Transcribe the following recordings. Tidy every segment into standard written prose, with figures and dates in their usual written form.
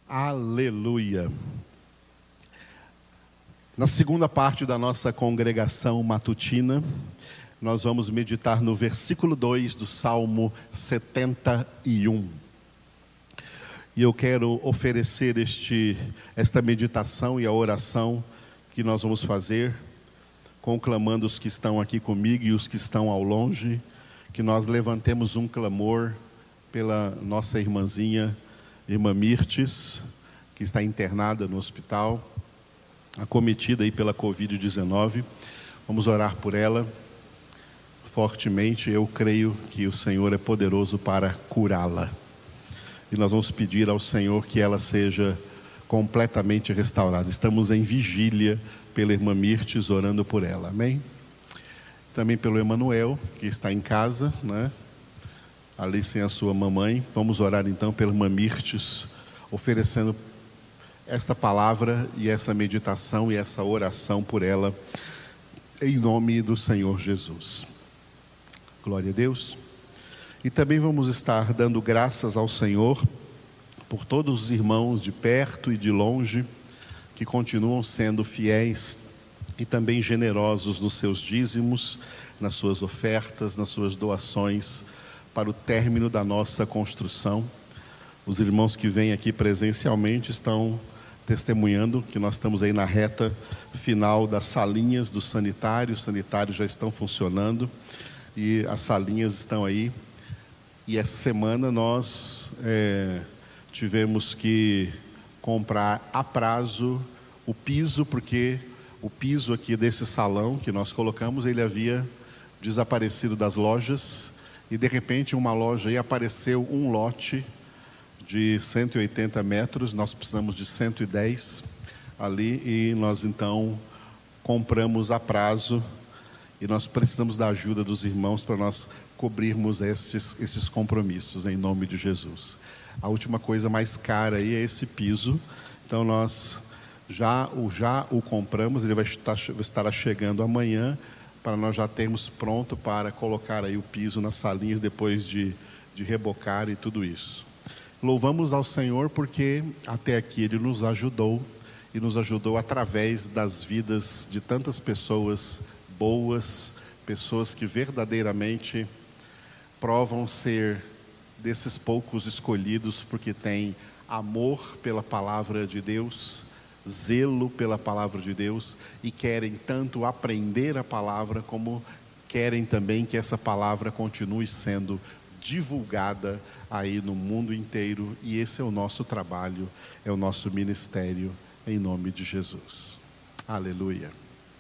Aleluia. Na segunda parte da nossa congregação matutina, nós vamos meditar no versículo 2 do Salmo 71. E eu quero oferecer esta meditação e a oração que nós vamos fazer, conclamando os que estão aqui comigo e os que estão ao longe, que nós levantemos um clamor pela nossa irmãzinha, irmã Mirtes, que está internada no hospital, acometida aí pela Covid-19. Vamos orar por ela fortemente. Eu creio que o Senhor é poderoso para curá-la. E nós vamos pedir ao Senhor que ela seja completamente restaurada. Estamos em vigília pela irmã Mirtes, orando por ela. Amém? Também pelo Emanuel, que está em casa, né? Ali sem a sua mamãe. Vamos orar então pela irmã Mirtes, oferecendo esta palavra e essa meditação e essa oração por ela, em nome do Senhor Jesus. Glória a Deus. E também vamos estar dando graças ao Senhor por todos os irmãos de perto e de longe que continuam sendo fiéis e também generosos nos seus dízimos, nas suas ofertas, nas suas doações para o término da nossa construção. Os irmãos que vêm aqui presencialmente estão testemunhando que nós estamos aí na reta final das salinhas do sanitário. Os sanitários já estão funcionando e as salinhas estão aí. E essa semana nós tivemos que comprar a prazo o piso, porque o piso aqui desse salão que nós colocamos, ele havia desaparecido das lojas, e de repente uma loja aí apareceu um lote de 180 metros, nós precisamos de 110 ali, e nós então compramos a prazo, e nós precisamos da ajuda dos irmãos para nós cobrirmos esses compromissos, em nome de Jesus. A última coisa mais cara aí é esse piso, então nós já o compramos, ele estará chegando amanhã, para nós já termos pronto para colocar aí o piso nas salinhas, depois de rebocar e tudo isso. Louvamos ao Senhor porque até aqui Ele nos ajudou, e nos ajudou através das vidas de tantas pessoas boas, pessoas que verdadeiramente provam ser desses poucos escolhidos, porque têm amor pela palavra de Deus, zelo pela palavra de Deus, e querem tanto aprender a palavra, como querem também que essa palavra continue sendo divulgada aí no mundo inteiro. E esse é o nosso trabalho, é o nosso ministério, em nome de Jesus. Aleluia.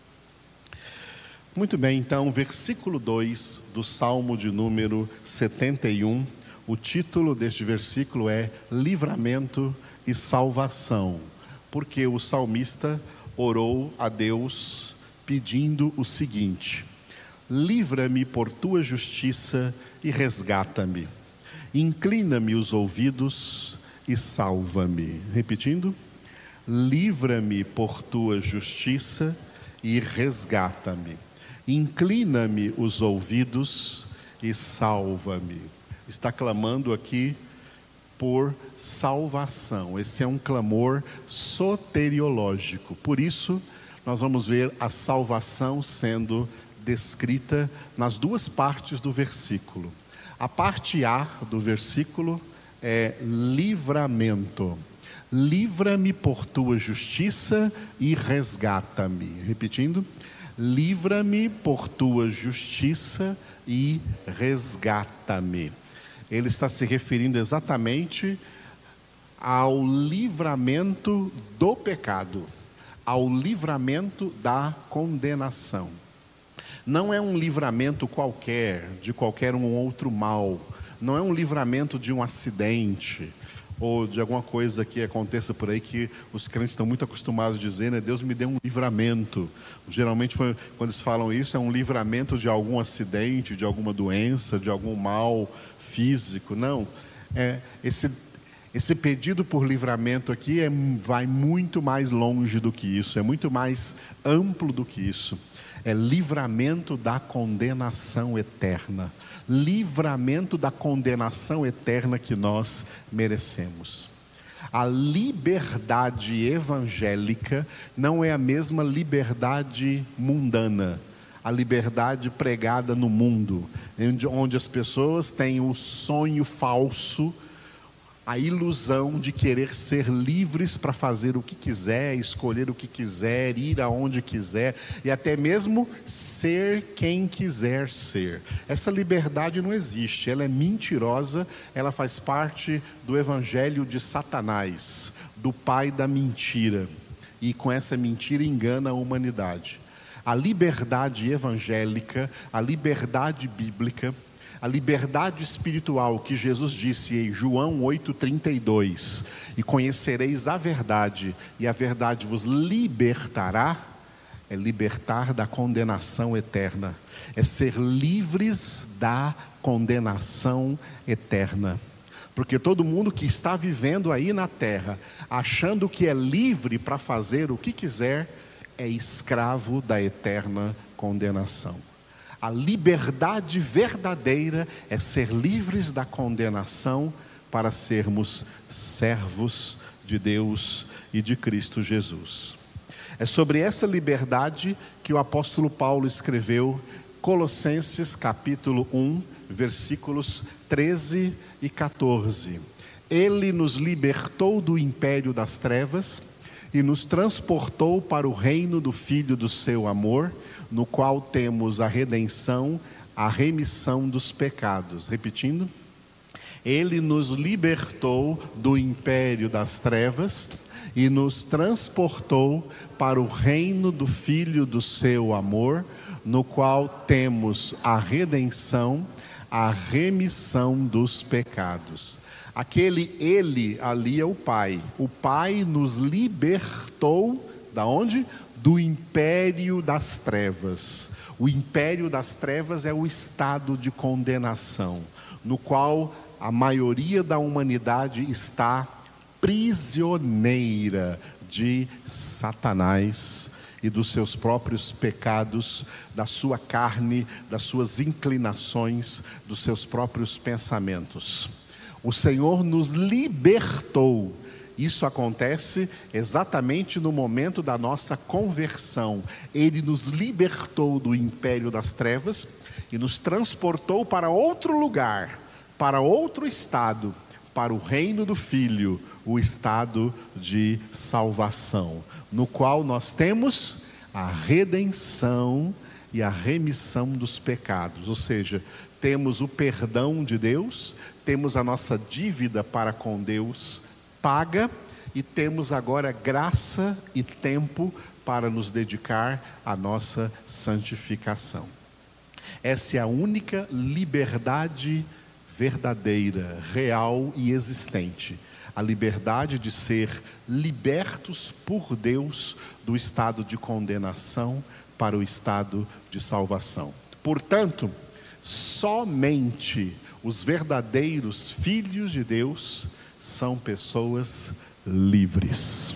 Muito bem, então, versículo 2 do Salmo de número 71, o título deste versículo é Livramento e Salvação, porque o salmista orou a Deus pedindo o seguinte: livra-me por tua justiça e resgata-me, inclina-me os ouvidos e salva-me. Repetindo: livra-me por tua justiça e resgata-me, inclina-me os ouvidos e salva-me. Está clamando aqui por salvação. Esse é um clamor soteriológico. Por isso, nós vamos ver a salvação sendo descrita nas duas partes do versículo. A parte A do versículo é livramento. Livra-me por tua justiça e resgata-me. Repetindo: livra-me por tua justiça e resgata-me. Ele está se referindo exatamente ao livramento do pecado, ao livramento da condenação. Não é um livramento qualquer, de qualquer um outro mal. Não é um livramento de um acidente, ou de alguma coisa que aconteça por aí, que os crentes estão muito acostumados a dizer, né? Deus me deu um livramento. Geralmente, quando eles falam isso, é um livramento de algum acidente, de alguma doença, de algum mal físico. Não, esse pedido por livramento aqui vai muito mais longe do que isso, é muito mais amplo do que isso. É livramento da condenação eterna, livramento da condenação eterna que nós merecemos. A liberdade evangélica não é a mesma liberdade mundana, a liberdade pregada no mundo, onde as pessoas têm o sonho falso, a ilusão de querer ser livres para fazer o que quiser, escolher o que quiser, ir aonde quiser e até mesmo ser quem quiser ser. Essa liberdade não existe, ela é mentirosa, ela faz parte do evangelho de Satanás, do pai da mentira, e com essa mentira engana a humanidade. A liberdade evangélica, a liberdade bíblica, a liberdade espiritual que Jesus disse em João 8,32, e conhecereis a verdade, e a verdade vos libertará, é libertar da condenação eterna, é ser livres da condenação eterna. Porque todo mundo que está vivendo aí na terra, achando que é livre para fazer o que quiser, é escravo da eterna condenação. A liberdade verdadeira é ser livres da condenação para sermos servos de Deus e de Cristo Jesus. É sobre essa liberdade que o apóstolo Paulo escreveu Colossenses capítulo 1, versículos 13 e 14. Ele nos libertou do império das trevas e nos transportou para o reino do Filho do seu amor, no qual temos a redenção, a remissão dos pecados. Repetindo, Ele nos libertou do império das trevas e nos transportou para o reino do Filho do seu amor, no qual temos a redenção, a remissão dos pecados. Aquele Ele ali é o Pai. O Pai nos libertou da onde? Do império das trevas. O império das trevas é o estado de condenação, no qual a maioria da humanidade está prisioneira de Satanás e dos seus próprios pecados, da sua carne, das suas inclinações, dos seus próprios pensamentos. O Senhor nos libertou. Isso acontece exatamente no momento da nossa conversão. Ele nos libertou do império das trevas e nos transportou para outro lugar, para outro estado, para o reino do Filho, o estado de salvação, no qual nós temos a redenção e a remissão dos pecados, ou seja, temos o perdão de Deus, temos a nossa dívida para com Deus paga e temos agora graça e tempo para nos dedicar à nossa santificação. Essa é a única liberdade verdadeira, real e existente. A liberdade de ser libertos por Deus do estado de condenação para o estado de salvação. Portanto, somente os verdadeiros filhos de Deus são pessoas livres.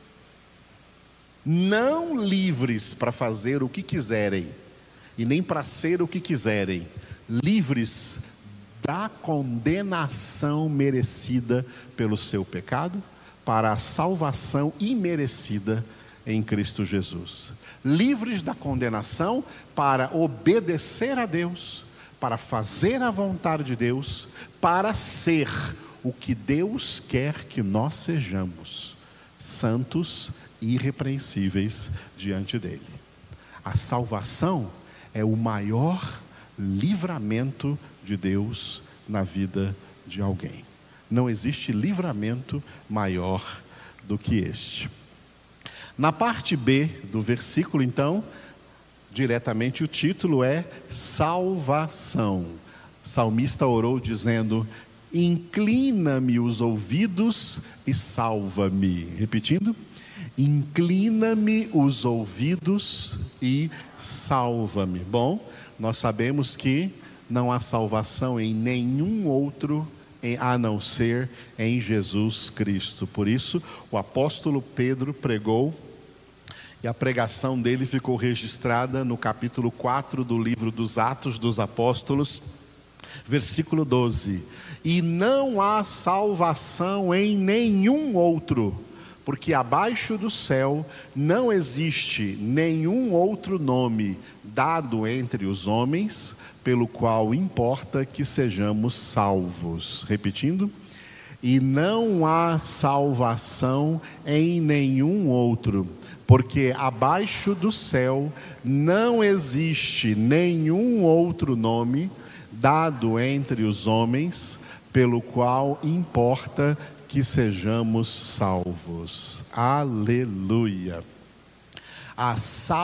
Não livres para fazer o que quiserem e nem para ser o que quiserem, livres da condenação merecida pelo seu pecado para a salvação imerecida em Cristo Jesus. Livres da condenação para obedecer a Deus, para fazer a vontade de Deus, para ser o que Deus quer que nós sejamos, santos e irrepreensíveis diante dele. A salvação é o maior livramento de Deus na vida de alguém. Não existe livramento maior do que este. Na parte B do versículo, então, diretamente o título é salvação. O salmista orou dizendo: inclina-me os ouvidos e salva-me. Repetindo, inclina-me os ouvidos e salva-me. Bom, nós sabemos que não há salvação em nenhum outro a não ser em Jesus Cristo. Por isso, o apóstolo Pedro pregou, e a pregação dele ficou registrada no capítulo 4 do livro dos Atos dos Apóstolos, Versículo 12: e não há salvação em nenhum outro, porque abaixo do céu não existe nenhum outro nome dado entre os homens, pelo qual importa que sejamos salvos. Repetindo: e não há salvação em nenhum outro, porque abaixo do céu não existe nenhum outro nome dado entre os homens, pelo qual importa que sejamos salvos. Aleluia! A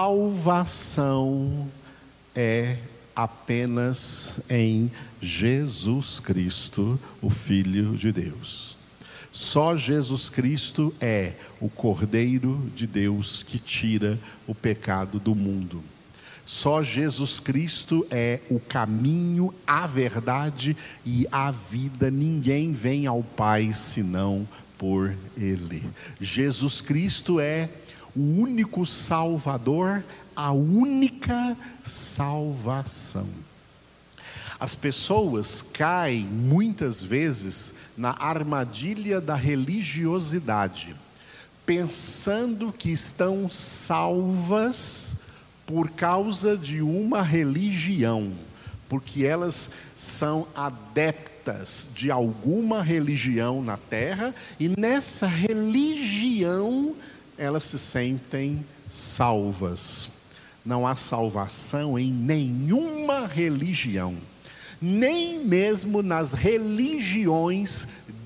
salvação é apenas em Jesus Cristo, o Filho de Deus. Só Jesus Cristo é o Cordeiro de Deus que tira o pecado do mundo. Só Jesus Cristo é o caminho, a verdade e a vida. Ninguém vem ao Pai senão por Ele. Jesus Cristo é o único Salvador, a única salvação. As pessoas caem muitas vezes na armadilha da religiosidade, pensando que estão salvas por causa de uma religião, porque elas são adeptas de alguma religião na terra, e nessa religião elas se sentem salvas. Não há salvação em nenhuma religião, nem mesmo nas religiões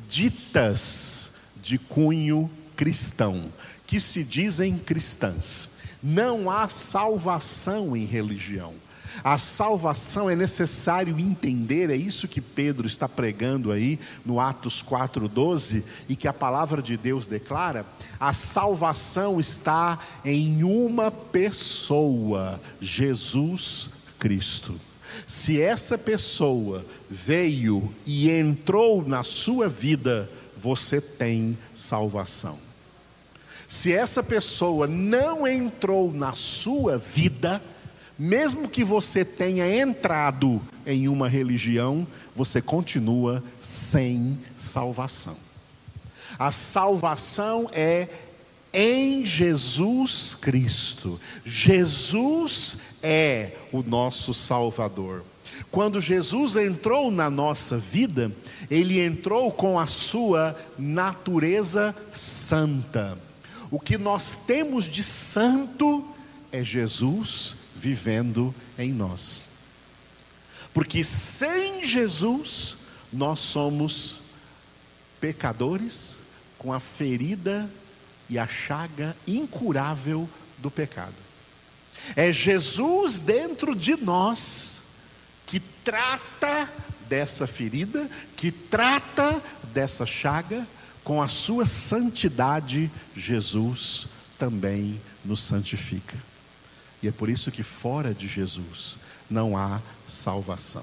ditas de cunho cristão, que se dizem cristãs. Não há salvação em religião. A salvação é necessário entender, é isso que Pedro está pregando aí no Atos 4:12, e que a palavra de Deus declara. A salvação está em uma pessoa, Jesus Cristo. Se essa pessoa veio e entrou na sua vida, você tem salvação. Se essa pessoa não entrou na sua vida, mesmo que você tenha entrado em uma religião, você continua sem salvação. A salvação é em Jesus Cristo. Jesus é o nosso Salvador. Quando Jesus entrou na nossa vida, Ele entrou com a sua natureza santa. O que nós temos de santo é Jesus vivendo em nós. Porque sem Jesus, nós somos pecadores com a ferida e a chaga incurável do pecado. É Jesus dentro de nós que trata dessa ferida, que trata dessa chaga. Com a sua santidade, Jesus também nos santifica. E é por isso que fora de Jesus não há salvação.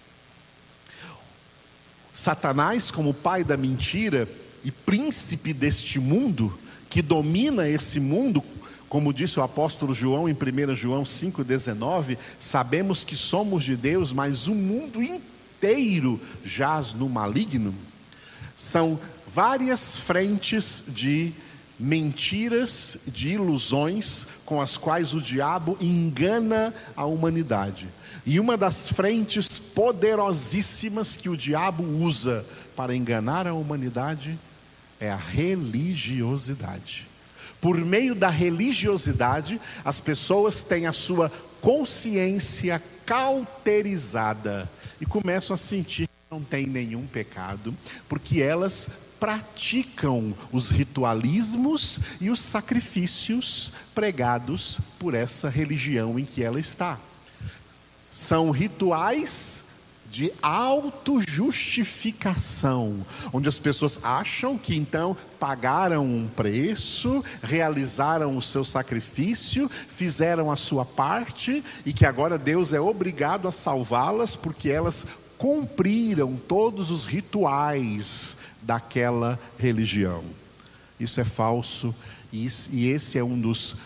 Satanás, como pai da mentira e príncipe deste mundo, que domina esse mundo, como disse o apóstolo João em 1 João 5,19, sabemos que somos de Deus, mas o mundo inteiro jaz no maligno. São várias frentes de mentiras, de ilusões com as quais o diabo engana a humanidade. E uma das frentes poderosíssimas que o diabo usa para enganar a humanidade é a religiosidade. Por meio da religiosidade, as pessoas têm a sua consciência cauterizada e começam a sentir que não tem nenhum pecado, porque elas praticam os ritualismos e os sacrifícios pregados por essa religião em que ela está. São rituais de autojustificação, onde as pessoas acham que então pagaram um preço, realizaram o seu sacrifício, fizeram a sua parte e que agora Deus é obrigado a salvá-las porque elas cumpriram todos os rituais daquela religião. Isso é falso e esse é um dos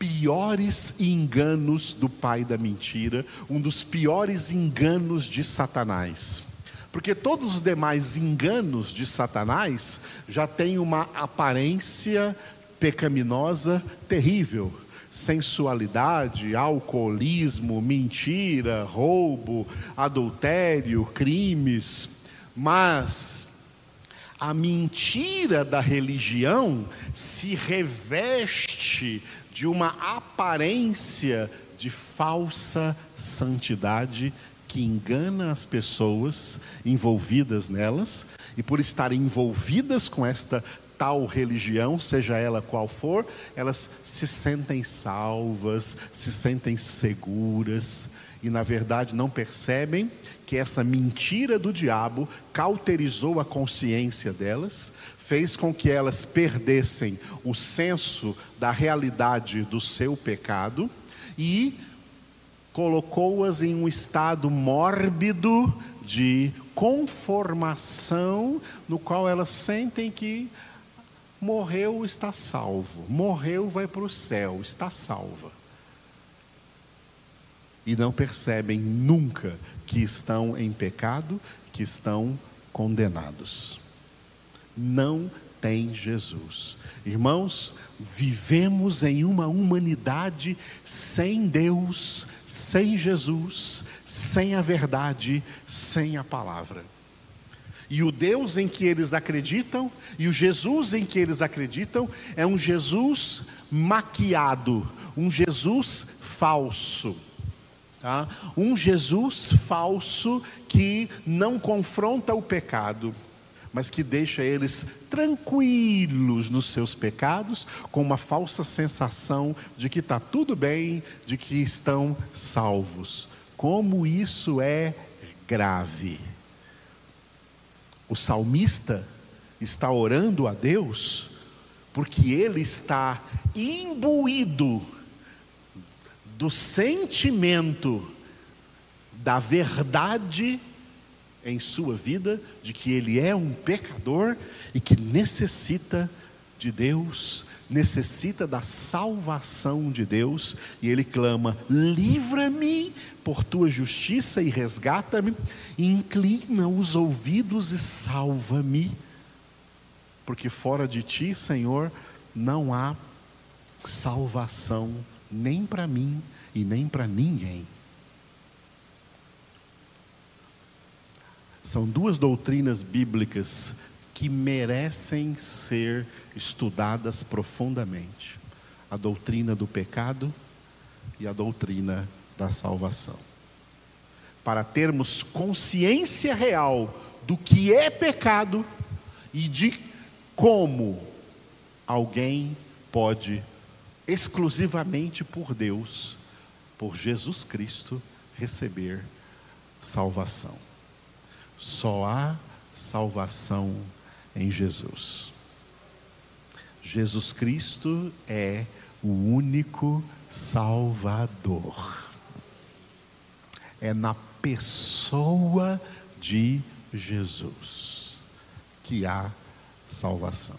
piores enganos do pai da mentira, um dos piores enganos de Satanás. Porque todos os demais enganos de Satanás já têm uma aparência pecaminosa terrível. Sensualidade, alcoolismo, mentira, roubo, adultério, crimes. Mas a mentira da religião se reveste de uma aparência de falsa santidade que engana as pessoas envolvidas nelas, e por estarem envolvidas com esta tal religião, seja ela qual for, elas se sentem salvas, se sentem seguras, e na verdade não percebem que essa mentira do diabo cauterizou a consciência delas, fez com que elas perdessem o senso da realidade do seu pecado e colocou-as em um estado mórbido de conformação, no qual elas sentem que morreu, está salvo, morreu, vai para o céu, está salva. E não percebem nunca que estão em pecado, que estão condenados. Não tem Jesus. Irmãos, vivemos em uma humanidade sem Deus, sem Jesus, sem a verdade, sem a palavra. E o Deus em que eles acreditam, e o Jesus em que eles acreditam, é um Jesus maquiado, um Jesus falso. Tá? Um Jesus falso que não confronta o pecado, mas que deixa eles tranquilos nos seus pecados, com uma falsa sensação de que está tudo bem, de que estão salvos. Como isso é grave! O salmista está orando a Deus, porque ele está imbuído do sentimento da verdade em sua vida, de que ele é um pecador e que necessita de Deus, necessita da salvação de Deus, e ele clama: livra-me por tua justiça e resgata-me, inclina os ouvidos e salva-me, porque fora de ti, Senhor, não há salvação, nem para mim e nem para ninguém. São duas doutrinas bíblicas que merecem ser estudadas profundamente: a doutrina do pecado e a doutrina da salvação, para termos consciência real do que é pecado e de como alguém pode, exclusivamente por Deus, por Jesus Cristo, receber salvação. Só há salvação em Jesus. Jesus Cristo é o único Salvador. É na pessoa de Jesus que há salvação.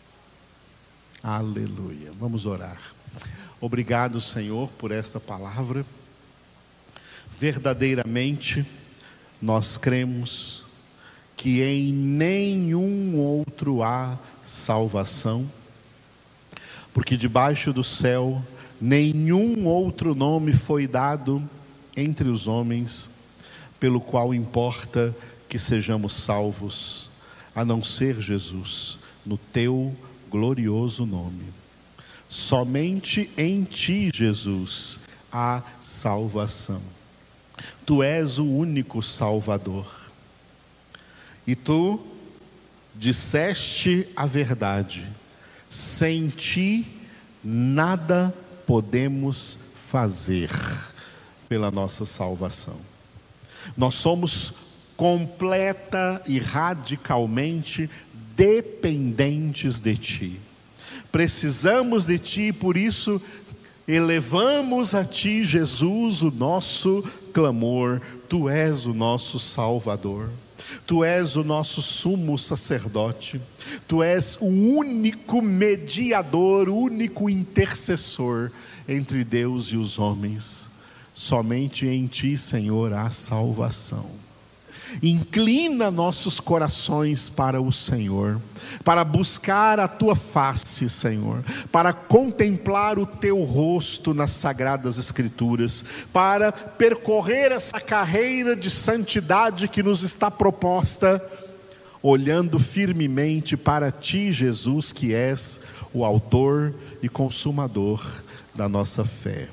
Aleluia. Vamos orar. Obrigado, Senhor, por esta palavra. Verdadeiramente, nós cremos que em nenhum outro há salvação, porque debaixo do céu nenhum outro nome foi dado entre os homens, pelo qual importa que sejamos salvos, a não ser Jesus, no teu glorioso nome. Somente em ti, Jesus, há salvação. Tu és o único Salvador. E tu disseste a verdade: sem ti nada podemos fazer pela nossa salvação. Nós somos completa e radicalmente dependentes de ti. Precisamos de ti, por isso elevamos a ti, Jesus, o nosso clamor. Tu és o nosso Salvador. Tu és o nosso sumo sacerdote, Tu és o único mediador, o único intercessor entre Deus e os homens. Somente em Ti, Senhor, há salvação. Inclina nossos corações para o Senhor, para buscar a Tua face, Senhor, para contemplar o Teu rosto nas Sagradas Escrituras, para percorrer essa carreira de santidade que nos está proposta, olhando firmemente para Ti, Jesus, que és o autor e consumador da nossa fé.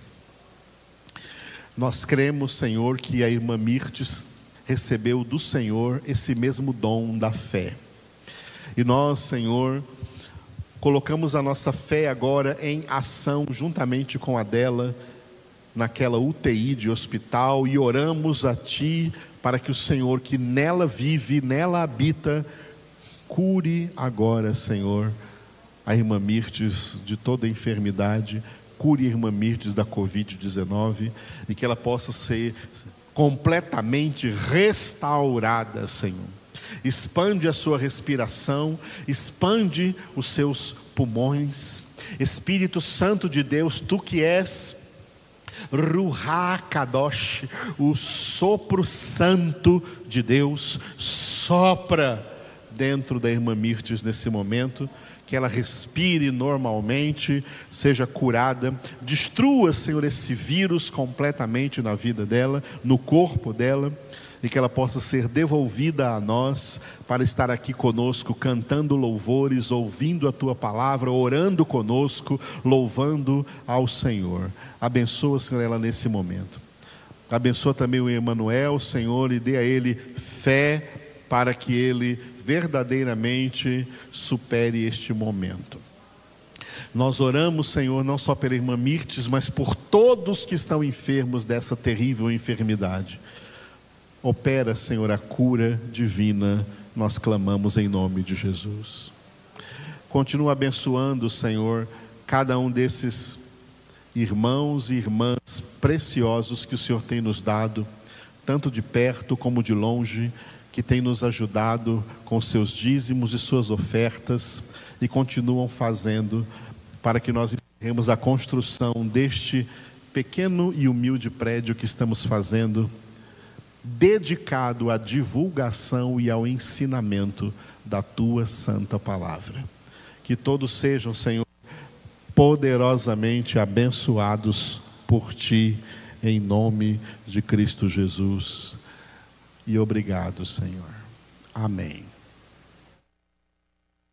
Nós cremos, Senhor, que a irmã Mirtes recebeu do Senhor esse mesmo dom da fé. E nós, Senhor, colocamos a nossa fé agora em ação, juntamente com a dela, naquela UTI de hospital, e oramos a Ti para que o Senhor, que nela vive, nela habita, cure agora, Senhor, a irmã Mirtes de toda a enfermidade, cure a irmã Mirtes da Covid-19, e que ela possa ser completamente restaurada, Senhor. Expande a sua respiração, expande os seus pulmões. Espírito Santo de Deus, Tu que és Ruach Kadosh, o sopro santo de Deus, sopra dentro da irmã Mirtes nesse momento, que ela respire normalmente, seja curada. Destrua, Senhor, esse vírus completamente na vida dela, no corpo dela, e que ela possa ser devolvida a nós, para estar aqui conosco, cantando louvores, ouvindo a Tua palavra, orando conosco, louvando ao Senhor. Abençoa, Senhor, ela nesse momento. Abençoa também o Emanuel, Senhor, e dê a ele fé, para que ele verdadeiramente supere este momento. Nós oramos, Senhor, não só pela irmã Mirtes, mas por todos que estão enfermos dessa terrível enfermidade. Opera, Senhor, a cura divina, nós clamamos em nome de Jesus. Continua abençoando, Senhor, cada um desses irmãos e irmãs preciosos que o Senhor tem nos dado, tanto de perto como de longe, que tem nos ajudado com seus dízimos e suas ofertas, e continuam fazendo, para que nós encerremos a construção deste pequeno e humilde prédio que estamos fazendo, dedicado à divulgação e ao ensinamento da Tua santa palavra. Que todos sejam, Senhor, poderosamente abençoados por Ti, em nome de Cristo Jesus. E obrigado, Senhor. Amém.